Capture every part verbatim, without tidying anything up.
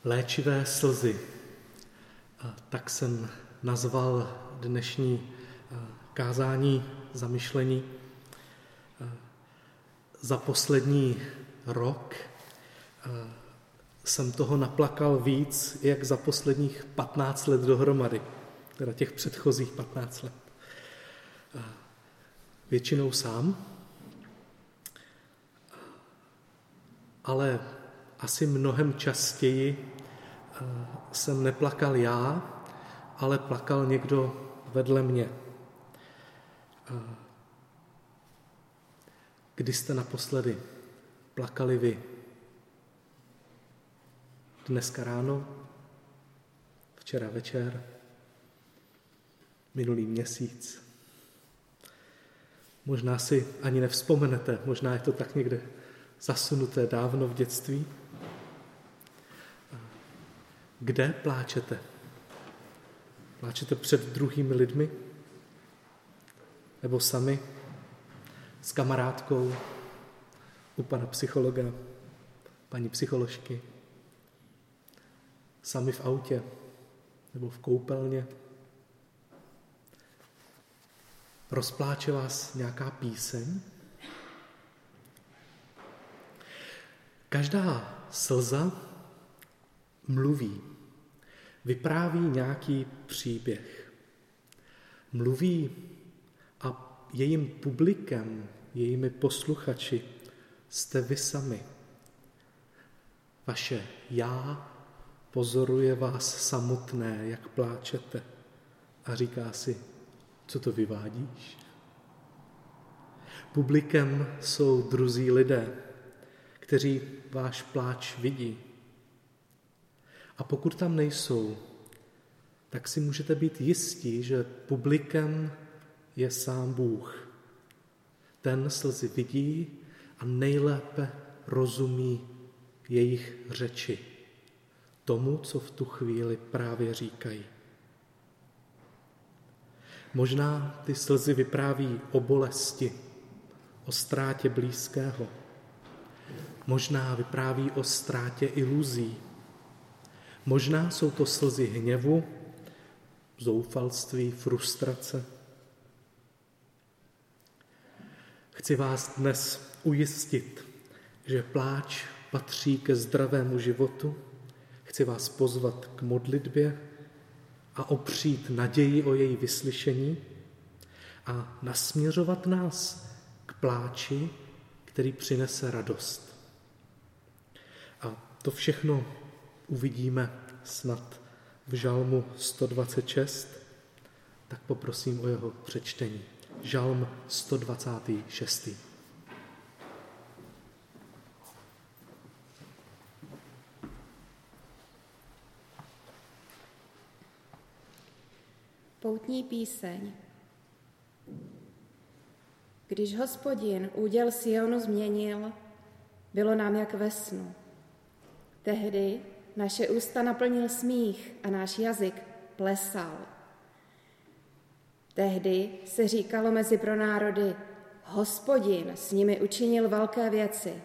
Léčivé slzy. Tak jsem nazval dnešní kázání, zamyšlení. Za poslední rok jsem toho naplakal víc, jak za posledních patnáct let dohromady, teda těch předchozích patnáct let. Většinou sám, ale asi mnohem častěji jsem neplakal já, ale plakal někdo vedle mě. Kdy jste naposledy plakali vy? Dneska ráno? Včera večer? Minulý měsíc? Možná si ani nevzpomenete, možná je to tak někde zasunuté dávno v dětství. Kde pláčete? Pláčete před druhými lidmi? Nebo sami? S kamarádkou? U pana psychologa? Paní psycholožky? Sami v autě? Nebo v koupelně? Rozpláče vás nějaká píseň? Každá slza mluví, vypráví nějaký příběh. Mluví a jejím publikem, jejími posluchači jste vy sami. Vaše já pozoruje vás samotné, jak pláčete a říká si, co to vyvádíš? Publikem jsou druzí lidé, kteří váš pláč vidí. A pokud tam nejsou, tak si můžete být jistí, že publikem je sám Bůh. Ten slzy vidí a nejlépe rozumí jejich řeči, tomu, co v tu chvíli právě říkají. Možná ty slzy vypráví o bolesti, o ztrátě blízkého. Možná vypráví o ztrátě iluzí. Možná jsou to slzy hněvu, zoufalství, frustrace. Chci vás dnes ujistit, že pláč patří ke zdravému životu. Chci vás pozvat k modlitbě a opřít naději o její vyslyšení a nasměřovat nás k pláči, který přinese radost. A to všechno uvidíme snad v Žalmu sto dvacet šest, tak poprosím o jeho přečtení. Žalm sto dvacet šest. Poutní píseň. Když Hospodin úděl Sionu změnil, bylo nám jak ve snu. Tehdy naše ústa naplnil smích a náš jazyk plesal. Tehdy se říkalo mezi pronárody, Hospodin s nimi učinil velké věci.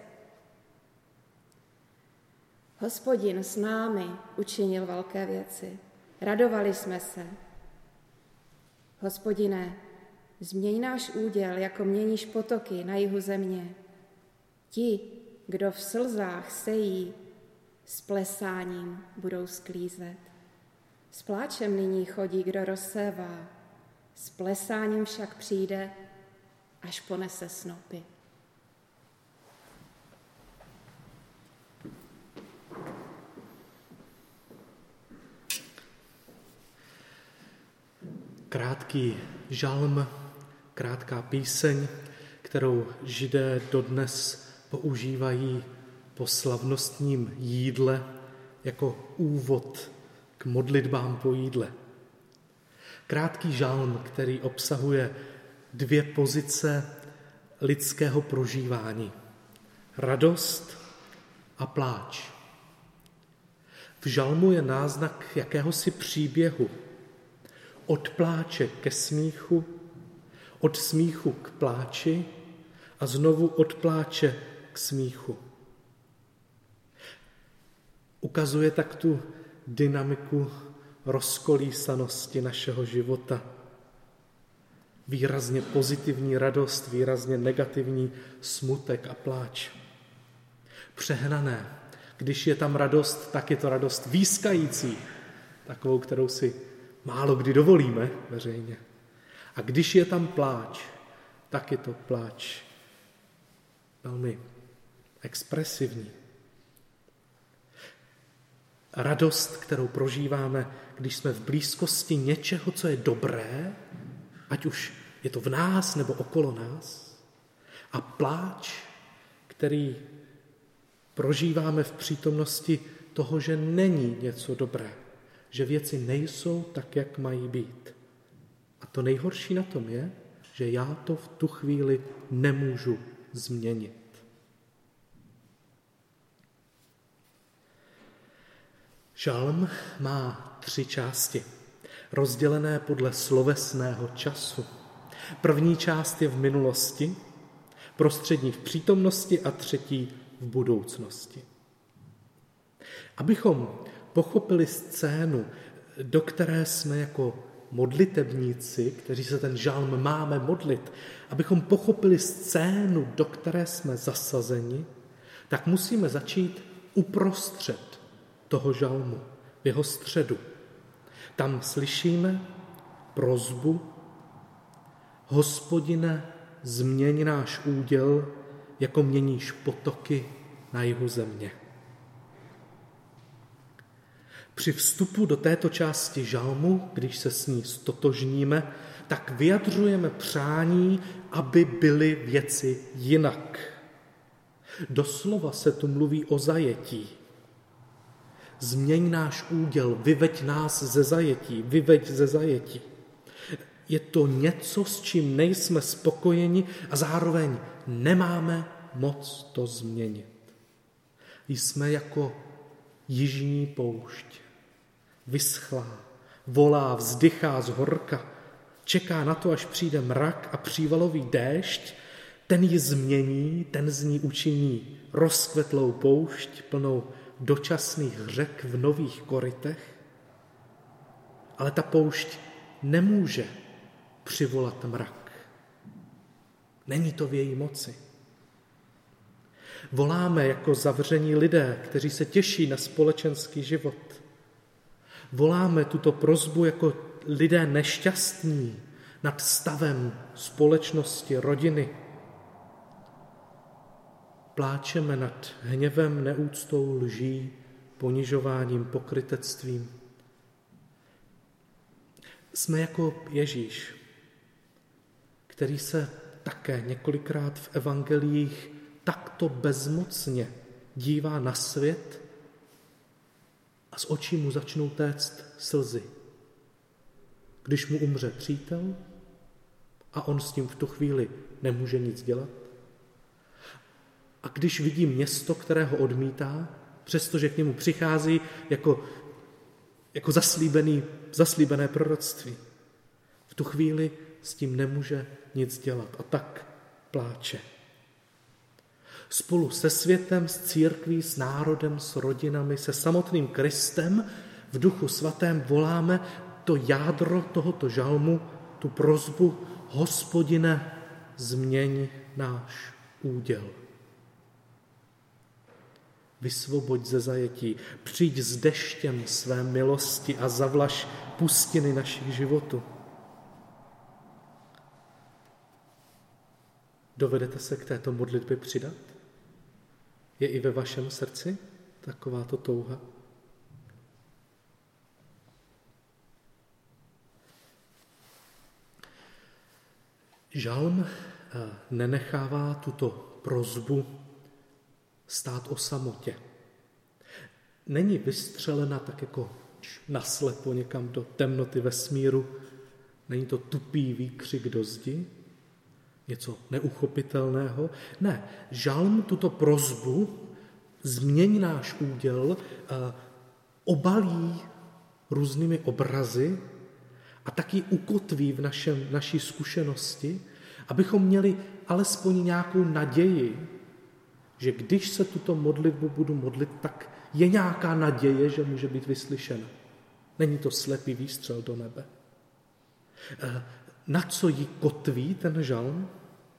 Hospodin s námi učinil velké věci. Radovali jsme se. Hospodine, změň náš úděl, jako měníš potoky na jihu země. Ti, kdo v slzách sejí, s plesáním budou sklízet. S pláčem nyní chodí, kdo rozsévá, s plesáním však přijde, až ponese snopy. Krátký žalm, krátká píseň, kterou Židé dodnes používají po slavnostním jídle jako úvod k modlitbám po jídle. Krátký žalm, který obsahuje dvě pozice lidského prožívání. Radost a pláč. V žalmu je náznak jakéhosi příběhu. Od pláče ke smíchu, od smíchu k pláči a znovu od pláče k smíchu. Ukazuje tak tu dynamiku rozkolísanosti našeho života. Výrazně pozitivní radost, výrazně negativní smutek a pláč. Přehnané. Když je tam radost, tak je to radost výskající, takovou, kterou si málo kdy dovolíme veřejně. A když je tam pláč, tak je to pláč velmi expresivní. Radost, kterou prožíváme, když jsme v blízkosti něčeho, co je dobré, ať už je to v nás nebo okolo nás. A pláč, který prožíváme v přítomnosti toho, že není něco dobré, že věci nejsou tak, jak mají být. A to nejhorší na tom je, že já to v tu chvíli nemůžu změnit. Žalm má tři části, rozdělené podle slovesného času. První část je v minulosti, prostřední v přítomnosti a třetí v budoucnosti. Abychom pochopili scénu, do které jsme jako modlitebníci, kteří se ten žalm máme modlit, abychom pochopili scénu, do které jsme zasazeni, tak musíme začít uprostřed toho žalmu, v jeho středu. Tam slyšíme prosbu: Hospodine, změň náš úděl, jako měníš potoky na jihu země. Při vstupu do této části žalmu, když se s ní stotožníme, tak vyjadřujeme přání, aby byly věci jinak. Doslova se tu mluví o zajetí. Změň náš úděl, vyveď nás ze zajetí, vyveď ze zajetí. Je to něco, s čím nejsme spokojeni a zároveň nemáme moc to změnit. Jsme jako jižní poušť. Vyschlá, volá, vzdychá z horka, čeká na to, až přijde mrak a přívalový déšť, ten ji změní, ten z ní učiní rozkvetlou poušť, plnou dočasných řek v nových korytech. Ale ta poušť nemůže přivolat mrak. Není to v její moci. Voláme jako zavření lidé, kteří se těší na společenský život. Voláme tuto prosbu jako lidé nešťastní nad stavem společnosti, rodiny. Pláčeme nad hněvem, neúctou, lží, ponižováním, pokrytectvím. Jsme jako Ježíš, který se také několikrát v evangeliích takto bezmocně dívá na svět a z očí mu začnou téct slzy. Když mu umře přítel a on s tím v tu chvíli nemůže nic dělat. A když vidí město, které ho odmítá, přestože k němu přichází jako, jako zaslíbený, zaslíbené proroctví, v tu chvíli s tím nemůže nic dělat a tak pláče. Spolu se světem, s církví, s národem, s rodinami, se samotným Kristem v Duchu Svatém voláme to jádro tohoto žalmu, tu prosbu: Hospodine, změň náš úděl. Vysvoboď ze zajetí, přijď s deštěm své milosti a zavlaž pustiny našich životů. Dovedete se k této modlitbě přidat? Je i ve vašem srdci takováto touha? Žalm nenechává tuto prosbu stát o samotě. Není vystřelena tak jako naslepo někam do temnoty vesmíru. Není to tupý výkřik do zdi, něco neuchopitelného. Ne, žalm tuto prosbu, změň náš úděl, obalí různými obrazy a taky ukotví v našem, naší zkušenosti, abychom měli alespoň nějakou naději, že když se tuto modlitbu budu modlit, tak Je nějaká naděje, že může být vyslyšena. Není to slepý výstřel do nebe. Na co jí kotví ten žalm?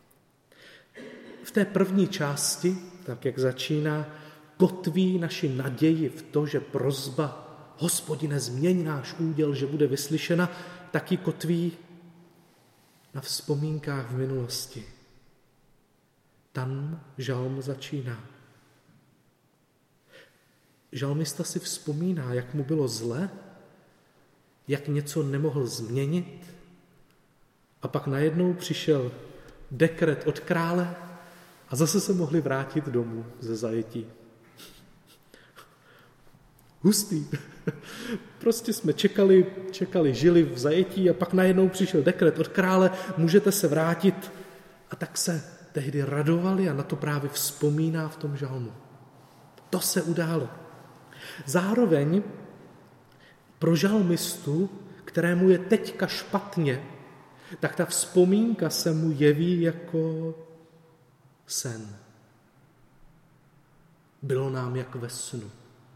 V té první části, tak jak začíná, kotví naši naději v to, že prosba Hospodine, změň náš úděl, že bude vyslyšena, taky kotví na vzpomínkách v minulosti. Tam žalm začíná. Žalmista si vzpomíná, jak mu bylo zle, jak něco nemohl změnit, a pak najednou přišel dekret od krále a zase se mohli vrátit domů ze zajetí. Hustý. Prostě jsme čekali, čekali, žili v zajetí a pak najednou přišel dekret od krále, můžete se vrátit. A tak se tehdy radovali a na to právě vzpomíná v tom žalmu. To se událo. Zároveň pro žalmistu, kterému je teďka špatně, tak ta vzpomínka se mu jeví jako sen. Bylo nám jak ve snu.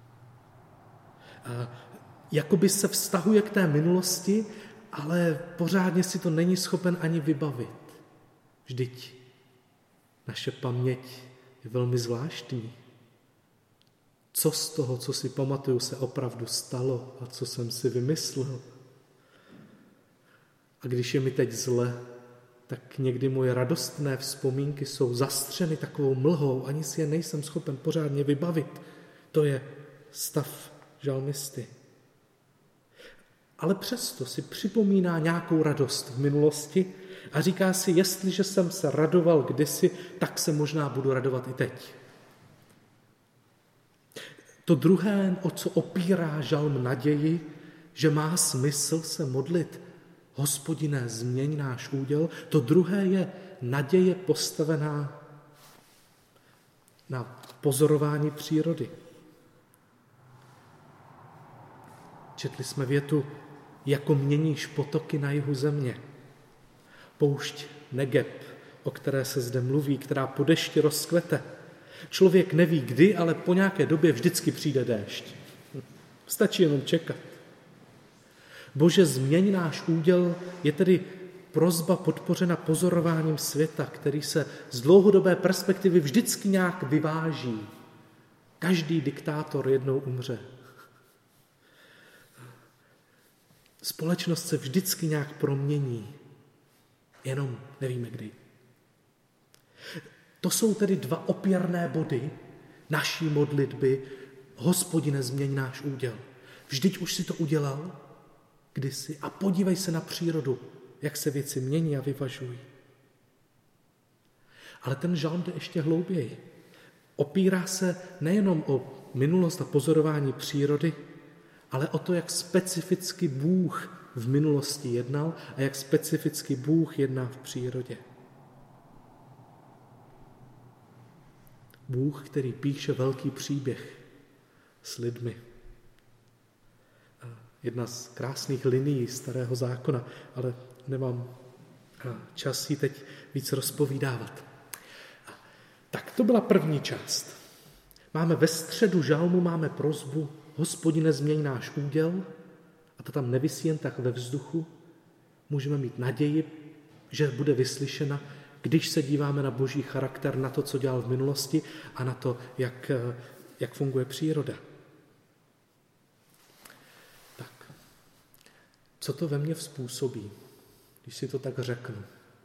A jakoby se vztahuje k té minulosti, ale pořádně si to není schopen ani vybavit. Vždyť naše paměť je velmi zvláštní. Co z toho, co si pamatuju, se opravdu stalo a co jsem si vymyslel? A když je mi teď zle, tak někdy moje radostné vzpomínky jsou zastřeny takovou mlhou, ani si je nejsem schopen pořádně vybavit. To je stav žalmisty. Ale přesto si připomíná nějakou radost v minulosti a říká si, jestliže jsem se radoval kdysi, tak se možná budu radovat i teď. To druhé, o co opírá žalm naději, že má smysl se modlit, Hospodine, změň náš úděl, to druhé je naděje postavená na pozorování přírody. Četli jsme větu, jako měníš potoky na jihu země. Poušť Negeb, o které se zde mluví, která po dešti rozkvete. Člověk neví kdy, ale po nějaké době vždycky přijde déšť. Stačí jenom čekat. Bože, změň náš úděl je tedy prosba podpořena pozorováním světa, který se z dlouhodobé perspektivy vždycky nějak vyváží. Každý diktátor jednou umře. Společnost se vždycky nějak promění, jenom nevíme kdy. To jsou tedy dva opěrné body naší modlitby. Hospodine, změň náš úděl. Vždyť už si to udělal kdysi a podívej se na přírodu, jak se věci mění a vyvažují. Ale ten žalm jde ještě hlouběji. Opírá se nejenom o minulost a pozorování přírody, ale o to, jak specificky Bůh v minulosti jednal a jak specificky Bůh jedná v přírodě. Bůh, který píše velký příběh s lidmi. Jedna z krásných linií Starého zákona, ale nemám čas ji teď víc rozpovídávat. Tak to byla první část. Máme ve středu žalmu, máme prosbu Hospodine, změň náš úděl, a to tam nevisí jen tak ve vzduchu. Můžeme mít naději, že bude vyslyšena, když se díváme na Boží charakter, na to, co dělal v minulosti a na to, jak, jak funguje příroda. Tak, co to ve mně vzpůsobí, když si to tak řeknu?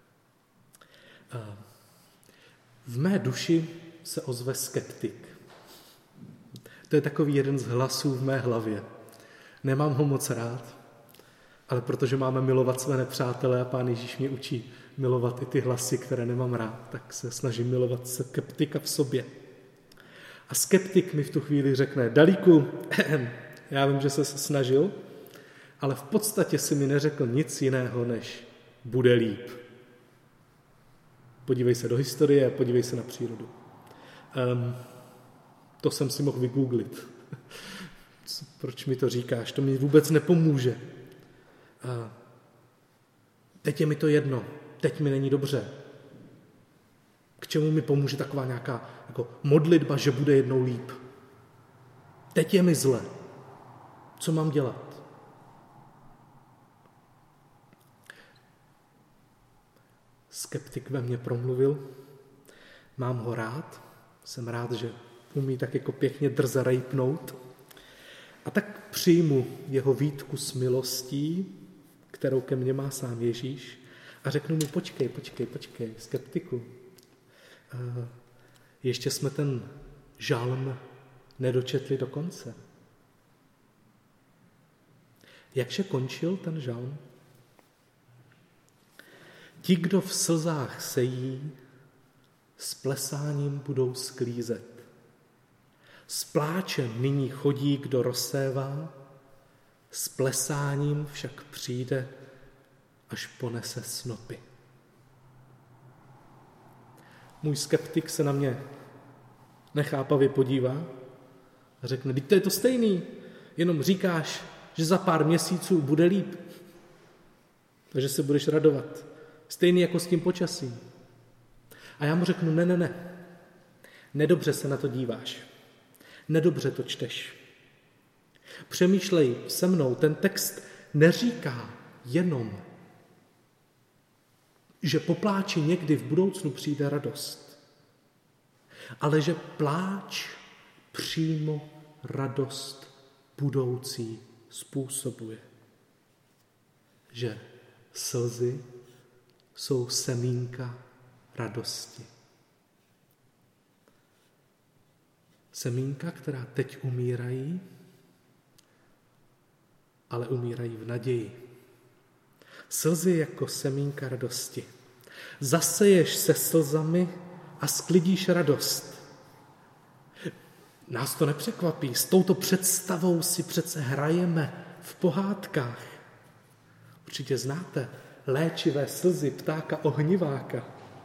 V mé duši se ozve skeptik. To je takový jeden z hlasů v mé hlavě. Nemám ho moc rád, ale protože máme milovat své nepřátele a Pán Ježíš mě učí milovat i ty hlasy, které nemám rád, tak se snažím milovat skeptika v sobě. A skeptik mi v tu chvíli řekne, Dalíku, já vím, že jsi se snažil, ale v podstatě si mi neřekl nic jiného, než bude líp. Podívej se do historie, podívej se na přírodu. Um, to jsem si mohl vygooglit. Proč mi to říkáš? To mi vůbec nepomůže. Uh, teď je mi to jedno. Teď mi není dobře. K čemu mi pomůže taková nějaká jako modlitba, že bude jednou líp? teď je mi zle. Co mám dělat? Skeptik ve mně promluvil, mám ho rád, jsem rád, že umí tak jako pěkně drze rejpnout. A tak přijmu jeho výtku s milostí, kterou ke mně má sám Ježíš, a řeknu mu, počkej, počkej, počkej, skeptiku. Ještě jsme ten žalm nedočetli do konce. Jakže končil ten žalm? Ti, kdo v slzách sejí, s plesáním budou sklízet. S pláčem nyní chodí, kdo rozsévá, s plesáním však přijde, až ponese snopy. Můj skeptik se na mě nechápavě podívá a řekne, teď to je to stejný, jenom říkáš, že za pár měsíců bude líp, takže se budeš radovat. Stejný jako s tím počasím. A já mu řeknu, ne, ne, ne, nedobře se na to díváš, nedobře to čteš. Přemýšlej se mnou, ten text neříká jenom, že po pláči někdy v budoucnu přijde radost, ale že pláč přímo radost budoucí způsobuje. Že slzy jsou semínka radosti. Semínka, která teď umírají, ale umírají v naději. Slzy jako semínka radosti. Zaseješ se slzami a sklidíš radost. Nás to nepřekvapí. S touto představou si přece hrajeme v pohádkách. Určitě znáte léčivé slzy ptáka ohniváka.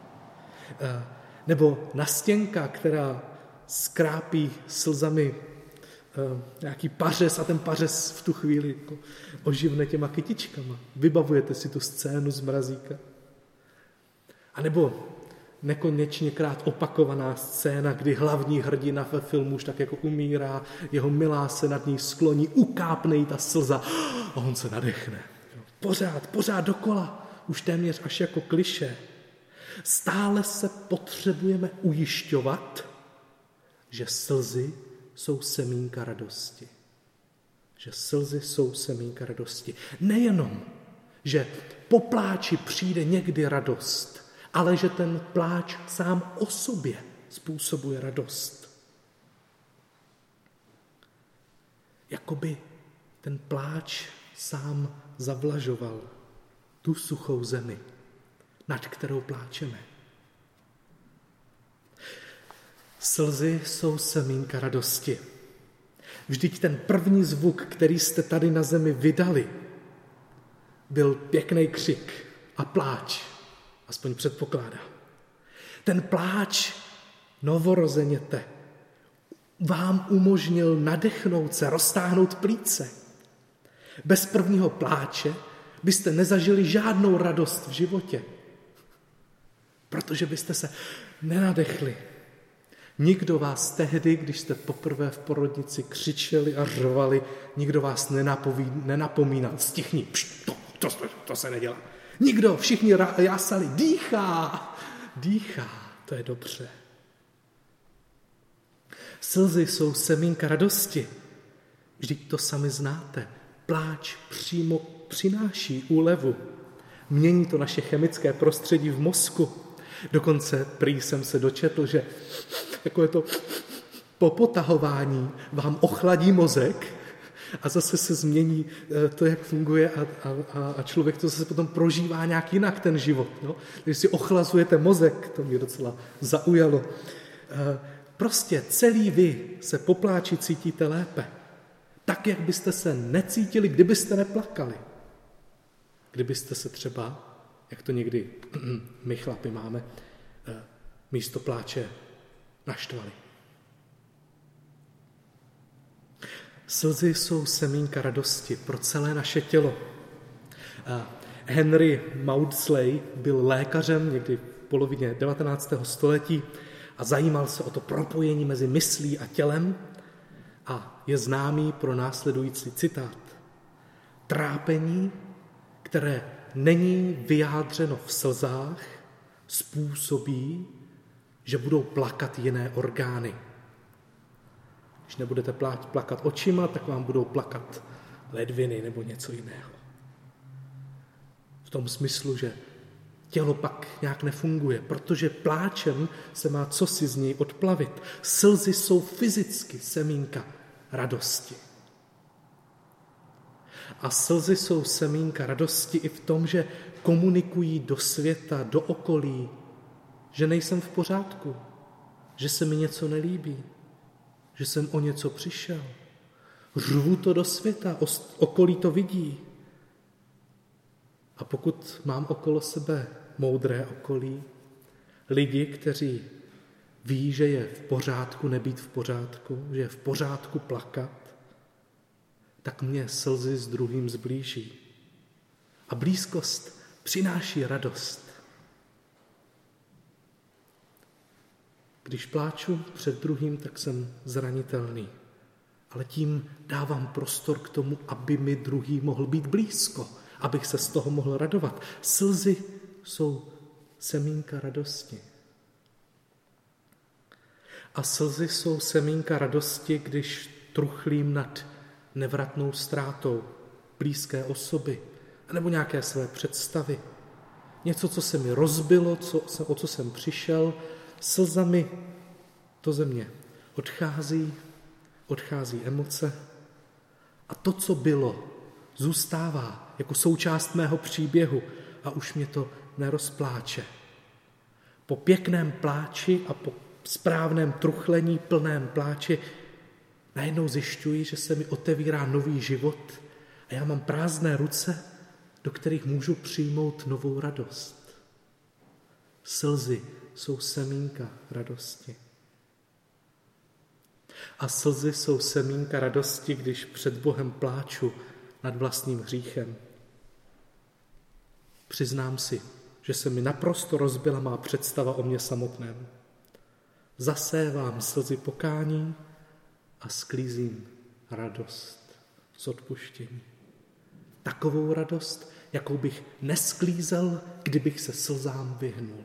Nebo Nastěnka, která skrápí slzami nějaký pařez a ten pařez v tu chvíli jako oživne těma kytičkama. Vybavujete si tu scénu z Mrazíka? A nebo nekonečněkrát opakovaná scéna, kdy hlavní hrdina ve filmu už tak jako umírá, jeho milá se nad ní skloní, ukápne jí ta slza a on se nadechne. Pořád, pořád dokola, už téměř až jako klišé. Stále se potřebujeme ujišťovat, že slzy jsou semínka radosti. Že slzy jsou semínka radosti. Nejenom, že po pláči přijde někdy radost, ale že ten pláč sám o sobě způsobuje radost. Jakoby ten pláč sám zavlažoval tu suchou zemi, nad kterou pláčeme. Slzy jsou semínka radosti. Vždyť ten první zvuk, který jste tady na zemi vydali, byl pěkný křik a pláč, aspoň předpokládám. Ten pláč novorozeněte vám umožnil nadechnout se, roztáhnout plíce. Bez prvního pláče byste nezažili žádnou radost v životě, protože byste se nenadechli. Nikdo vás tehdy, když jste poprvé v porodnici křičeli a řvali, nikdo vás nenapoví, nenapomínal, stichni, pšt, to, to, to se nedělá. Nikdo, všichni jásali, dýchá, dýchá, to je dobře. Slzy jsou semínka radosti. Vždyť to sami znáte. Pláč přímo přináší úlevu. Mění to naše chemické prostředí v mozku. Dokonce prý jsem se dočetl, že takové to popotahování vám ochladí mozek a zase se změní to, jak funguje a, a, a člověk to zase potom prožívá nějak jinak ten život. No? Když si ochlazujete mozek, to mě docela zaujalo. Prostě celý vy se po pláči cítíte lépe. Tak, jak byste se necítili, kdybyste neplakali. Kdybyste se třeba, jak to někdy my chlapi máme, místo pláče naštvali. Slzy jsou semínka radosti pro celé naše tělo. Henry Maudsley byl lékařem někdy v polovině devatenáctého století a zajímal se o to propojení mezi myslí a tělem a je známý pro následující citát. Trápení, které není vyjádřeno v slzách, způsobí, že budou plakat jiné orgány. Když nebudete plakat očima, tak vám budou plakat ledviny nebo něco jiného. V tom smyslu, že tělo pak nějak nefunguje, protože pláčem se má cosi z něj odplavit. Slzy jsou fyzicky semínka radosti. A slzy jsou semínka radosti i v tom, že komunikují do světa, do okolí, že nejsem v pořádku, že se mi něco nelíbí, že jsem o něco přišel. Řvu to do světa, okolí to vidí. A pokud mám okolo sebe moudré okolí, lidi, kteří ví, že je v pořádku nebýt v pořádku, že je v pořádku plakat, tak mě slzy s druhým zblíží. A blízkost přináší radost. Když pláču před druhým, tak jsem zranitelný. Ale tím dávám prostor k tomu, aby mi druhý mohl být blízko, abych se z toho mohl radovat. Slzy jsou semínka radosti. A slzy jsou semínka radosti, když truchlím nad nevratnou ztrátou blízké osoby nebo nějaké své představy. Něco, co se mi rozbilo, co, o co jsem přišel, slzami to ze mě odchází, odchází emoce a to, co bylo, zůstává jako součást mého příběhu a už mě to nerozpláče. Po pěkném pláči a po správném truchlení, plném pláči najednou zjišťuji, že se mi otevírá nový život a já mám prázdné ruce, do kterých můžu přijmout novou radost. Slzy jsou semínka radosti. A slzy jsou semínka radosti, když před Bohem pláču nad vlastním hříchem. Přiznám si, že se mi naprosto rozbila má představa o mně samotném. Zasévám slzy pokání a sklízím radost z odpuštění. Takovou radost, jakou bych nesklízel, kdybych se slzám vyhnul.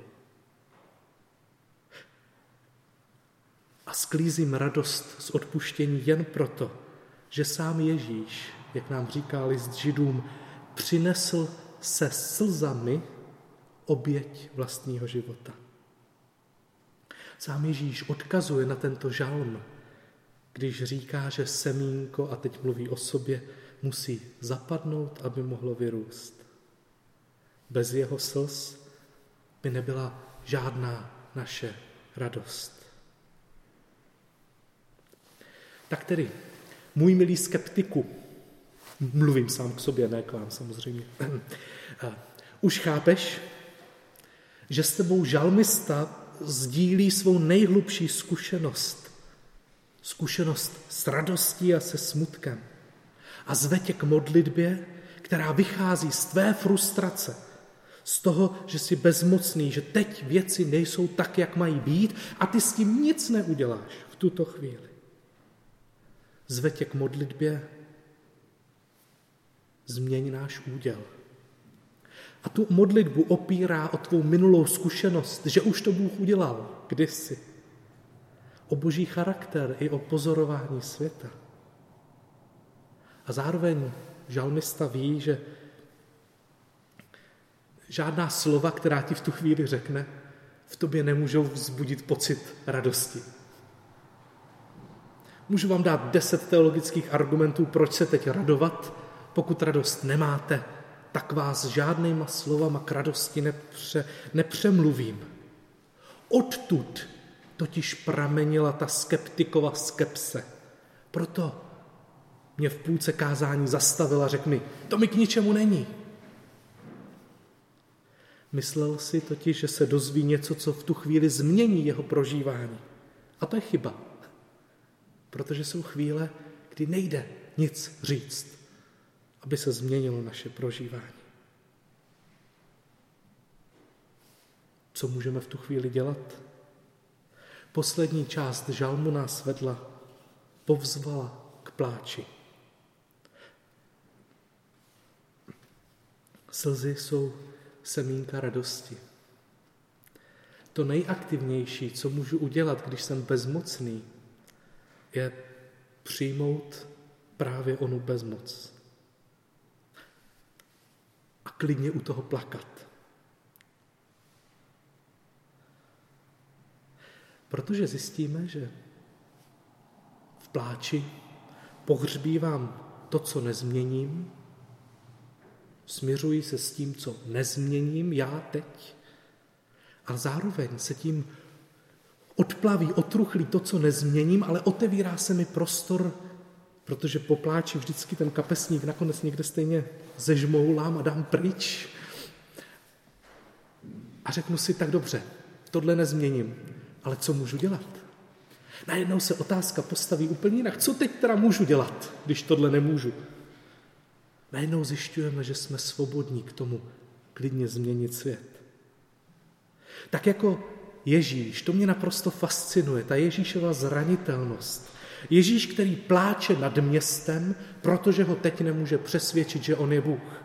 A sklízím radost z odpuštění jen proto, že sám Ježíš, jak nám říká list Židům, přinesl se slzami oběť vlastního života. Sám Ježíš odkazuje na tento žalm, když říká, že semínko, a teď mluví o sobě, musí zapadnout, aby mohlo vyrůst. Bez jeho slz by nebyla žádná naše radost. Tak tedy, můj milý skeptiku, mluvím sám k sobě, ne k vám samozřejmě, už chápeš, že s tebou žalmista sdílí svou nejhlubší zkušenost. Zkušenost s radostí a se smutkem. A zve tě k modlitbě, která vychází z tvé frustrace, z toho, že jsi bezmocný, že teď věci nejsou tak, jak mají být a ty s tím nic neuděláš v tuto chvíli. Zve tě k modlitbě, změň náš úděl. A tu modlitbu opírá o tvou minulou zkušenost, že už to Bůh udělal kdysi. O boží charakter i o pozorování světa. A zároveň žalmista ví, že žádná slova, která ti v tu chvíli řekne, v tobě nemůžou vzbudit pocit radosti. Můžu vám dát deset teologických argumentů, proč se teď radovat. Pokud radost nemáte, tak vás žádnýma slovama k radosti nepře, nepřemluvím. Odtud totiž pramenila ta skeptikova skepse. Proto mě v půlce kázání zastavila a řekl mi, to mi k ničemu není. Myslel si totiž, že se dozví něco, co v tu chvíli změní jeho prožívání. A to je chyba. Protože jsou chvíle, kdy nejde nic říct, aby se změnilo naše prožívání. Co můžeme v tu chvíli dělat? Poslední část žalmu nás vedla povzvala k pláči. Slzy jsou semínka radosti. To nejaktivnější, co můžu udělat, když jsem bezmocný, je přijmout právě onu bezmoc. A klidně u toho plakat. Protože zjistíme, že v pláči pohřbívám to, co nezměním, smiřuji se s tím, co nezměním já teď, a zároveň se tím odplaví, otruchlí to, co nezměním, ale otevírá se mi prostor, protože po pláči vždycky ten kapesník nakonec někde stejně zežmoulám a dám pryč. A řeknu si, tak dobře, tohle nezměním, ale co můžu dělat? Najednou se otázka postaví úplně jinak. Co teď teda můžu dělat, když tohle nemůžu? Najednou zjišťujeme, že jsme svobodní k tomu klidně změnit svět. Tak jako Ježíš, to mě naprosto fascinuje, ta Ježíšova zranitelnost. Ježíš, který pláče nad městem, protože ho teď nemůže přesvědčit, že on je Bůh.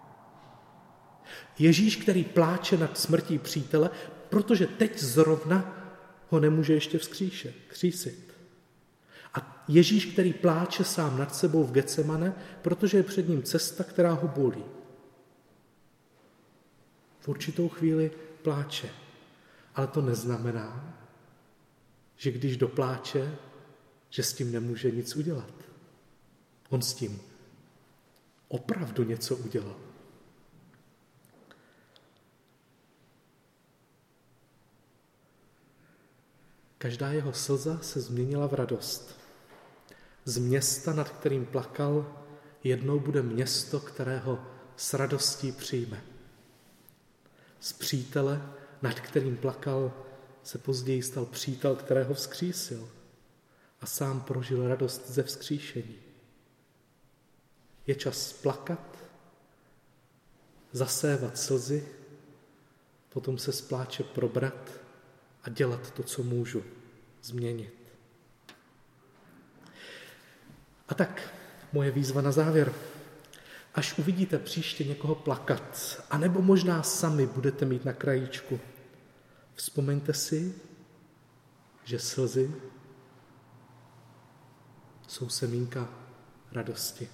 Ježíš, který pláče nad smrtí přítele, protože teď zrovna ho nemůže ještě vzkřísit. A Ježíš, který pláče sám nad sebou v Getsemane, protože je před ním cesta, která ho bolí. V určitou chvíli pláče. Ale to neznamená, že když dopláče, že s tím nemůže nic udělat. On s tím opravdu něco udělal. Každá jeho slza se změnila v radost. Z města, nad kterým plakal, jednou bude město, kterého s radostí přijme. Z přítele, nad kterým plakal, se později stal přítel, kterého vzkřísil a sám prožil radost ze vzkříšení. Je čas plakat, zasévat slzy, potom se z pláče probrat a dělat to, co můžu, změnit. A tak moje výzva na závěr. Až uvidíte příště někoho plakat, anebo možná sami budete mít na krajíčku, vzpomeňte si, že slzy jsou semínka radosti.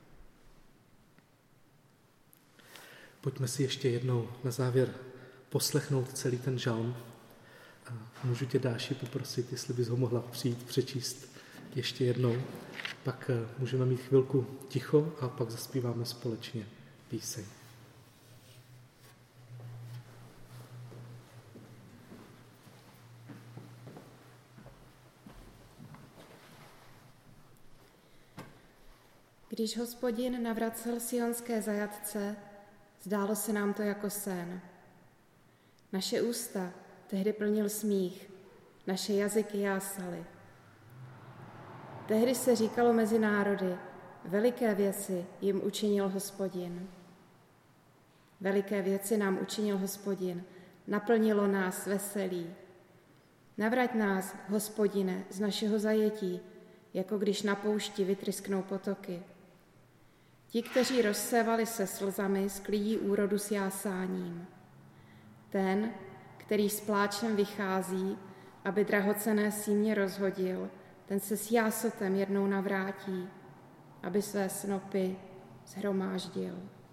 Pojďme si ještě jednou na závěr poslechnout celý ten žalm. A můžu tě, Dáši, poprosit, jestli bys ho mohla přijít přečíst ještě jednou. Pak můžeme mít chvilku ticho a pak zaspíváme společně píseň. Když Hospodin navracel sionské zajatce, zdálo se nám to jako sen. Naše ústa tehdy plnil smích, naše jazyky jásaly. Tehdy se říkalo mezi národy, veliké věci jim učinil Hospodin. Veliké věci nám učinil Hospodin, naplnilo nás veselí. Navrať nás, Hospodine, z našeho zajetí, jako když na poušti vytrysknou potoky. Ti, kteří rozsévali se slzami, sklidí úrodu s jásáním. Ten, který s pláčem vychází, aby drahocenné símě rozhodil, ten se s jásotem jednou navrátí, aby své snopy shromáždil.